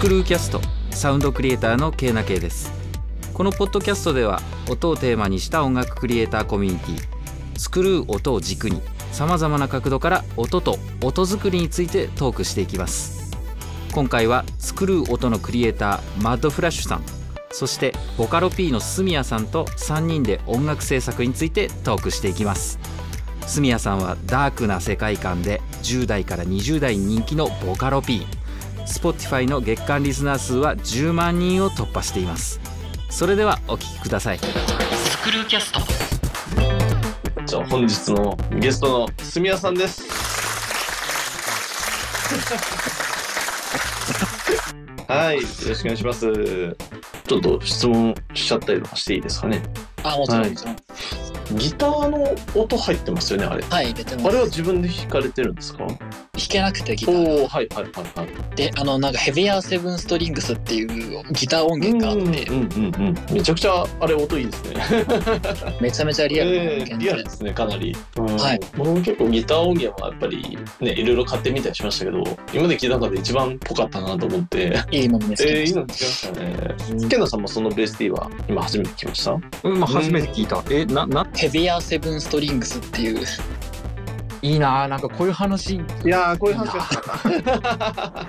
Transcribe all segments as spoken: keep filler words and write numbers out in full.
クルーキャストサウンドクリエイターのケイナケイです。このポッドキャストでは音をテーマにした音楽クリエイターコミュニティスクルー音を軸にさまざまな角度から音と音作りについてトークしていきます。今回はスクルー音のクリエイターマッドフラッシュさん、そしてボカロ P のスミヤさんとさんにんで音楽制作についてトークしていきます。スミヤさんはダークな世界観でじゅう代からにじゅう代に人気のボカロ P、 Spotify の月間リスナー数はじゅうまん人を突破しています。それではお聞きください。スクルーキャスト。 じゃあ本日のゲストのスミヤさんです。はい、よろしくお願いします。ちょっと質問しちゃったりとかしていいですかね。 あ、もちろんもちろん。 ギターの音入ってますよね、あれ。 はい、入れてます。 あれは自分で弾かれてるんですか？ 弾けなくてギター。 おー、はいはいはいはい。 で、あのなんかヘビアーセブンストリングスっていうギター音源があって、 うんうんうんうん、めちゃくちゃあれ音いいですね。 めちゃめちゃリアルな音えー、 源で、 リアルですね、かなり。うん、 はい。 僕も結構ギター音源はやっぱりね、いろいろ買ってみたりしましたけど、今まで聞いた中で一番ぽかったなと思って。 いいものですけど。 えー、いいの聞きましたね。ケンナさんもそのベース T は今初めて聞きました？ うん、まあ、初めて聞いた。え、な、な、 ヘビアーセブンストリングスっていう。 いいな、なんかこういう話。 いやー、こういう話がしたか。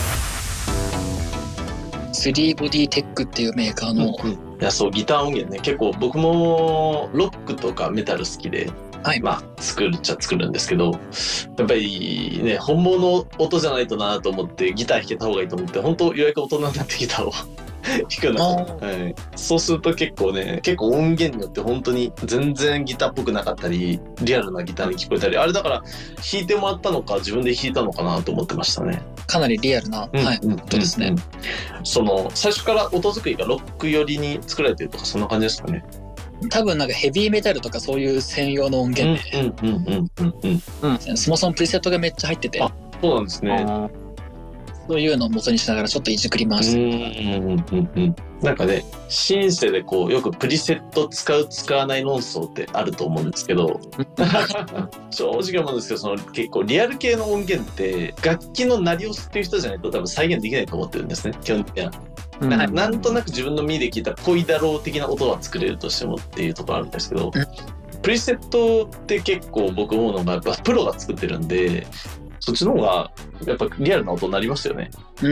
スリーボディテックっていうメーカーの、 うんうん、いやそうギター音源ね、結構僕もロックとかメタル好きで、 はい、 まあ作るっちゃ作るんですけど、やっぱりね本物の音じゃないとなと思ってギター弾けた方がいいと思って、本当ようやく大人になってギターを弾くようになった、はい、そうすると結構ね結構音源によって本当に全然ギターっぽくなかったり、リアルなギターに聞こえたり、あれだから弾いてもらったのか自分で弾いたのかなと思ってましたね。 かなりリアルな、 うん、 はい、 うん、 音ですね、 うん、その最初から音作りがロック寄りに作られてるとかそんな感じですかね。 多分なんかヘビーメタルとかそういう専用の音源で、 うんうんうんうんうんうん、 そもそもプリセットがめっちゃ入ってて、 あ、そうなんですね。 そういうのを元にしながらちょっといじくりました。 うんうんうんうん、なんかねシンセでこうよくプリセット使う使わない論争ってあると思うんですけど正直思うんですけど、その結構リアル系の音源って楽器の鳴りを知ってる人じゃないと多分再現できないと思ってるんですね、基本的には。うん、な, なんとなく自分の耳で聞いたぽいだろう的な音は作れるとしてもっていうところあるんですけど、うん、プリセットって結構僕思うのがやっぱプロが作ってるんで、そっちの方がやっぱリアルな音になりますよね。 うん。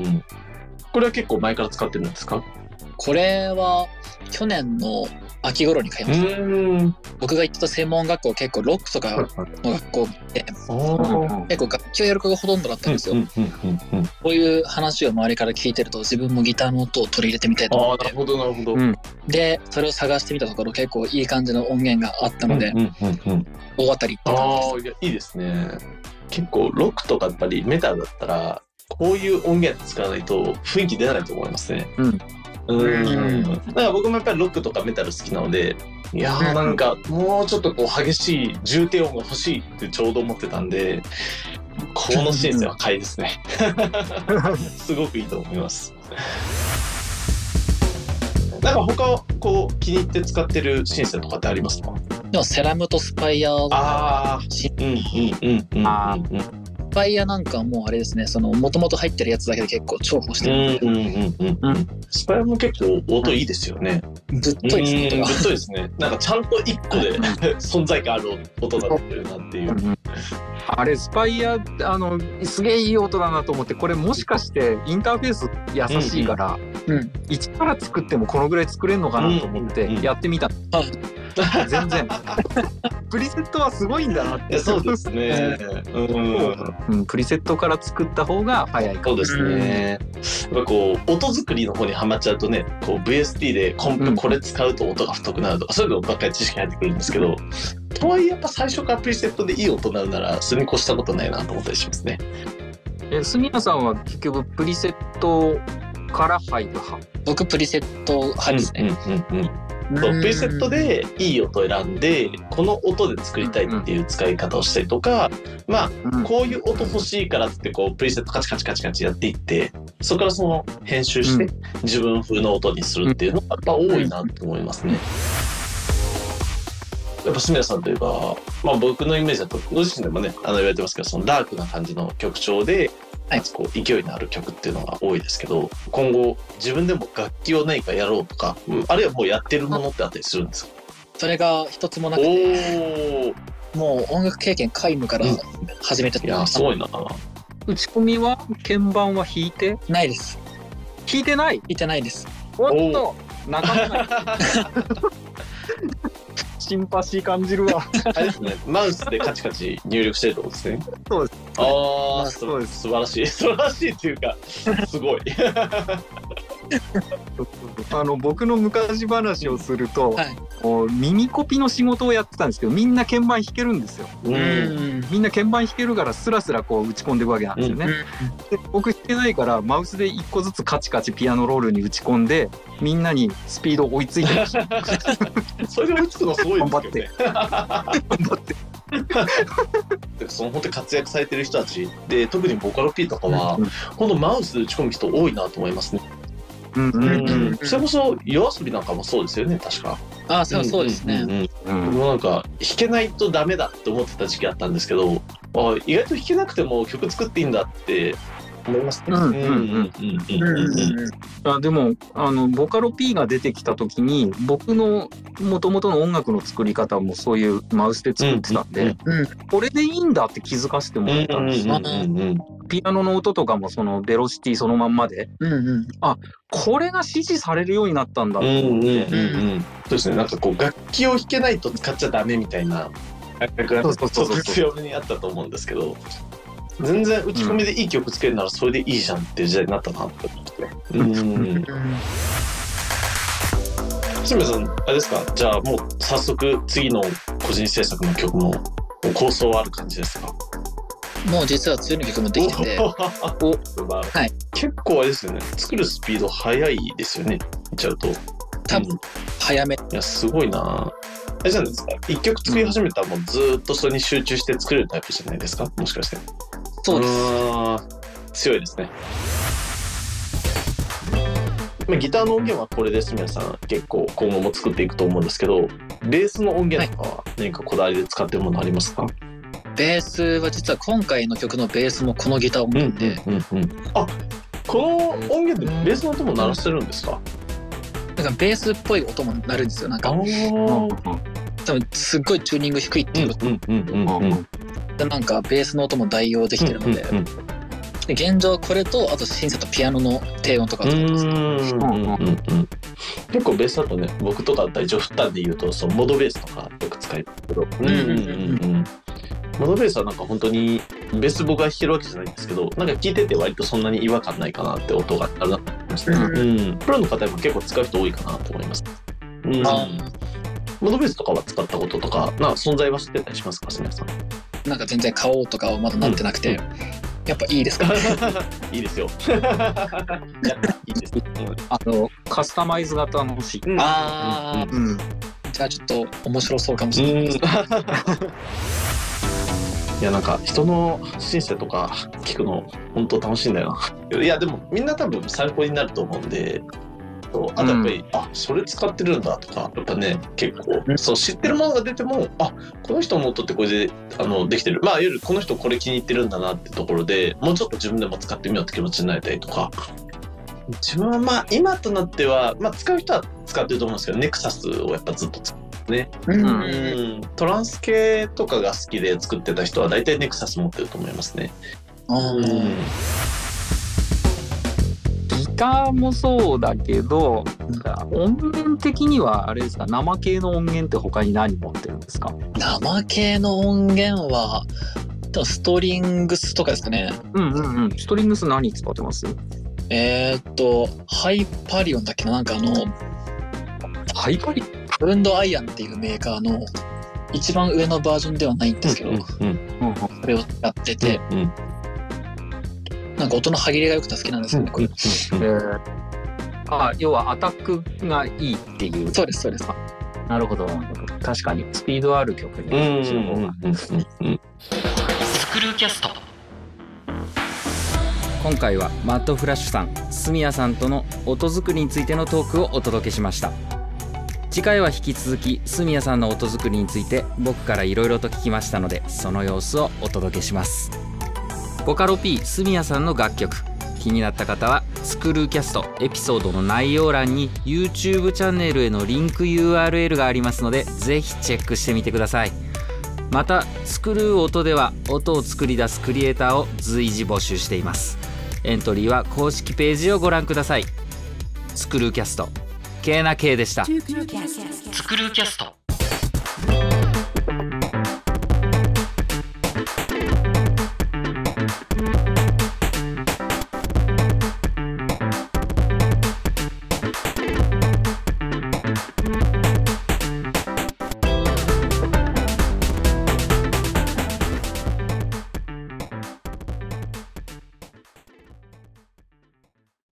うん、これは結構前から使ってるんですか？ これは去年の秋頃に買いました。うん、僕が行ってた専門学校結構ロックとかの学校で、結構楽器をやる子がほとんどだったんですよ。こういう話を周りから聞いてると自分もギターの音を取り入れてみたいと思って。 あ、なるほどなるほど。 でそれを探してみたところ結構いい感じの音源があったので、大当たりって感じです。 あ、いやいいですね。結構ロックとかやっぱりメタルだったらこういう音源使わないと雰囲気出ないと思いますね。うんうん、だから僕もやっぱりロックとかメタル好きなので、いやーなんかもうちょっとこう激しい重低音が欲しいってちょうど思ってたんで、このシンセは買いですね。すごくいいと思います。なんか他こう気に入って使ってるシンセとかってありますか？ でもセラムとスパイアー、 あー、うんうんうんうんうんうん、 スパイアなんかはもうあれですね、その元々入ってるやつだけで結構重宝してるんで、うんうんうんうん、 スパイアも結構音いいですよね。 ぶっといですね、 ぶっといですね。なんかちゃんと一個で存在感ある音が出てるなっていう。 あれスパイアあのすげえいい音だなと思って、これもしかしてインターフェース優しいから、うんうん、一から作ってもこのぐらい作れるのかなと思ってやってみた。うんうんうん、全然プリセットはすごいんだなって。 そうですね、 うん、プリセットから作った方が早いかも。 そうですね、やっぱこう音作りの方にはまっちゃうとね、こう ブイエスティー でコンプこれ使うと音が太くなるとか、うん、そういうのばっかり知識入ってくるんですけど、とはいえやっぱ最初からプリセットでいい音になるならそれに越したことないなと思ったりしますね。 え、スミヤさんは結局プリセットから入る派？ 僕プリセット派ですね。 うんうんうんうん、そうプリセットでいい音を選んでこの音で作りたいっていう使い方をしたりとか、まあこういう音欲しいからってこうプリセットカチカチカチカチやっていって、そこからその編集して自分風の音にするっていうのがやっぱ多いなと思いますね。やっぱスミヤさんといえば、まあ、僕のイメージだとご自身でもねあの言われてますけど、そのダークな感じの曲調ではい、こう勢いのある曲っていうのが多いですけど、今後自分でも楽器を何かやろうとか、あるいはもうやってるものってあったりするんですか？ それが一つもなくて、もう音楽経験皆無から始めてた、うん、 いやすごいな。 打ち込みは鍵盤は弾いてないです。 弾いてない？ 弾いてないです。 おっと仲間がシンパシー感じるわ。 あれですね、マウスでカチカチ入力してるってことですね。 そうです。 ああ、そうです。素晴らしい。素晴らしいっていうか、すごい。 あの僕の昔話をすると、はい、こう耳コピの仕事をやってたんですけど、みんな鍵盤弾けるんですよ。うん、みんな鍵盤弾けるからスラスラこう打ち込んでいくわけなんですよね。うん、で僕弾けないからマウスで一個ずつカチカチピアノロールに打ち込んで、みんなにスピード追いついてました。 それで追いつくのすごいですよね。頑張って。 その本当に活躍されてる人たちで、特にボカロ P とかは、うん、本当マウスで打ち込む人多いなと思いますね。うんうんうん、それこそ夜遊びなんかもそうですよね、確か。 ああ、そうそうですね。 もうなんか弾けないとダメだって思ってた時期あったんですけど、あ意外と弾けなくても曲作っていいんだって思いますね。 でもあのボカロ P が出てきた時に、僕の元々の音楽の作り方もそういうマウスで作ってたんで、うんうん、これでいいんだって気づかせてもらったんですよ。ピアノの音とかもそのベロシティそのまんまで、うんうん、あこれが指示されるようになったんだと思って。 そうですね、なんかこう楽器を弾けないと使っちゃダメみたいな感覚がちょっと強めにあったと思うんですけど、全然打ち込みでいい曲つけるならそれでいいじゃんっていう時代になったなって思って。うん。清水さん、あれですか、じゃあもう早速次の個人制作の曲も構想はある感じですか？ もう実は次の曲もできてて、お、 はい、結構あれですよね、作るスピード速いですよね、言っちゃうと。 多分、うん、早め。いや、すごいな。あれじゃないですか、一曲作り始めたらもうずっとそれに集中して作れるタイプじゃないですか、もしかして。 そうです。 強いですね。まあ、ギターの音源はこれです。皆さん結構今後も作っていくと思うんですけど、ベースの音源とかは何かこだわりで使ってるものありますか？はい、 ベースは実は今回の曲のベースもこのギター音源で、うんうんうんうん、 あ、この音源でベースの音も鳴らしてるんですか？ なんかベースっぽい音も鳴るんですよ。なんか多分すっごいチューニング低いっていうことで、なんかベースの音も代用できてるので、うんうんうん、で現状これとあとシンセとピアノの低音とか結構ベースだとね、僕とかだったら一応振ったんで言うとそのモドベースとかよく使えるけど、うんうんうんうん、モドベースはなんか本当にベース僕が弾けるわけじゃないんですけど、なんか聴いてて割とそんなに違和感ないかなって音があるなと思いました、うんうん、プロの方も結構使う人多いかなと思います、うん、モドベースとかは使ったこととかなんか存在は知ってたりしますか？皆さんなんか全然買おうとかはまだなってなくて、うんうん、やっぱいいですか？ いいですよ。やっぱいいです。 あのカスタマイズ型の欲しい。 うん、ああ、うんうん、じゃあちょっと面白そうかもしれないです。いやなんか人のシンセとか聞くの本当楽しいんだよな。いやでもみんな多分参考になると思うんで。あとやっぱり、うん、あそれ使ってるんだとかやっぱね結構、うん、そう知ってるものが出てもあこの人の音ってこれであのできてる、まあいわゆるこの人これ気に入ってるんだなってところでもうちょっと自分でも使ってみようって気持ちになれたりとか、自分はまあ今となっては、まあ、使う人は使ってると思うんですけどネクサスをやっぱずっと使ってね、うんうん、トランス系とかが好きで作ってた人は大体ネクサス持ってると思いますね。うんギターもそうだけど、音源的にはあれですか、生系の音源って他に何持ってるんですか？ 生系の音源はストリングスとかですかね。 うんうんうん。ストリングス何使ってます？ えー、っとハイパリオンだっけな、なんかあのハイパリオンウンドアイアンっていうメーカーの一番上のバージョンではないんですけど、うんうんうん、それをやってて。うんうん、なんか音の歯切れが良くて好きなんですよね、これ。えー、 あ、要はアタックがいいっていう。 そうですそうです。 なるほど。確かにスピードある曲にその方が。スクルーキャスト。今回はマッドフラッシュさん、住谷さんとの音作りについてのトークをお届けしました。次回は引き続き住谷さんの音作りについて僕からいろいろと聞きましたので、その様子をお届けします。 ボカロ P スミヤさんの楽曲、気になった方はスクルーキャストエピソードの内容欄に YouTube チャンネルへのリンク ユーアールエル がありますので、ぜひチェックしてみてください。またスクルー音では音を作り出すクリエイターを随時募集しています。エントリーは公式ページをご覧ください。スクルーキャスト、ケーナ K でした。スクルーキャスト。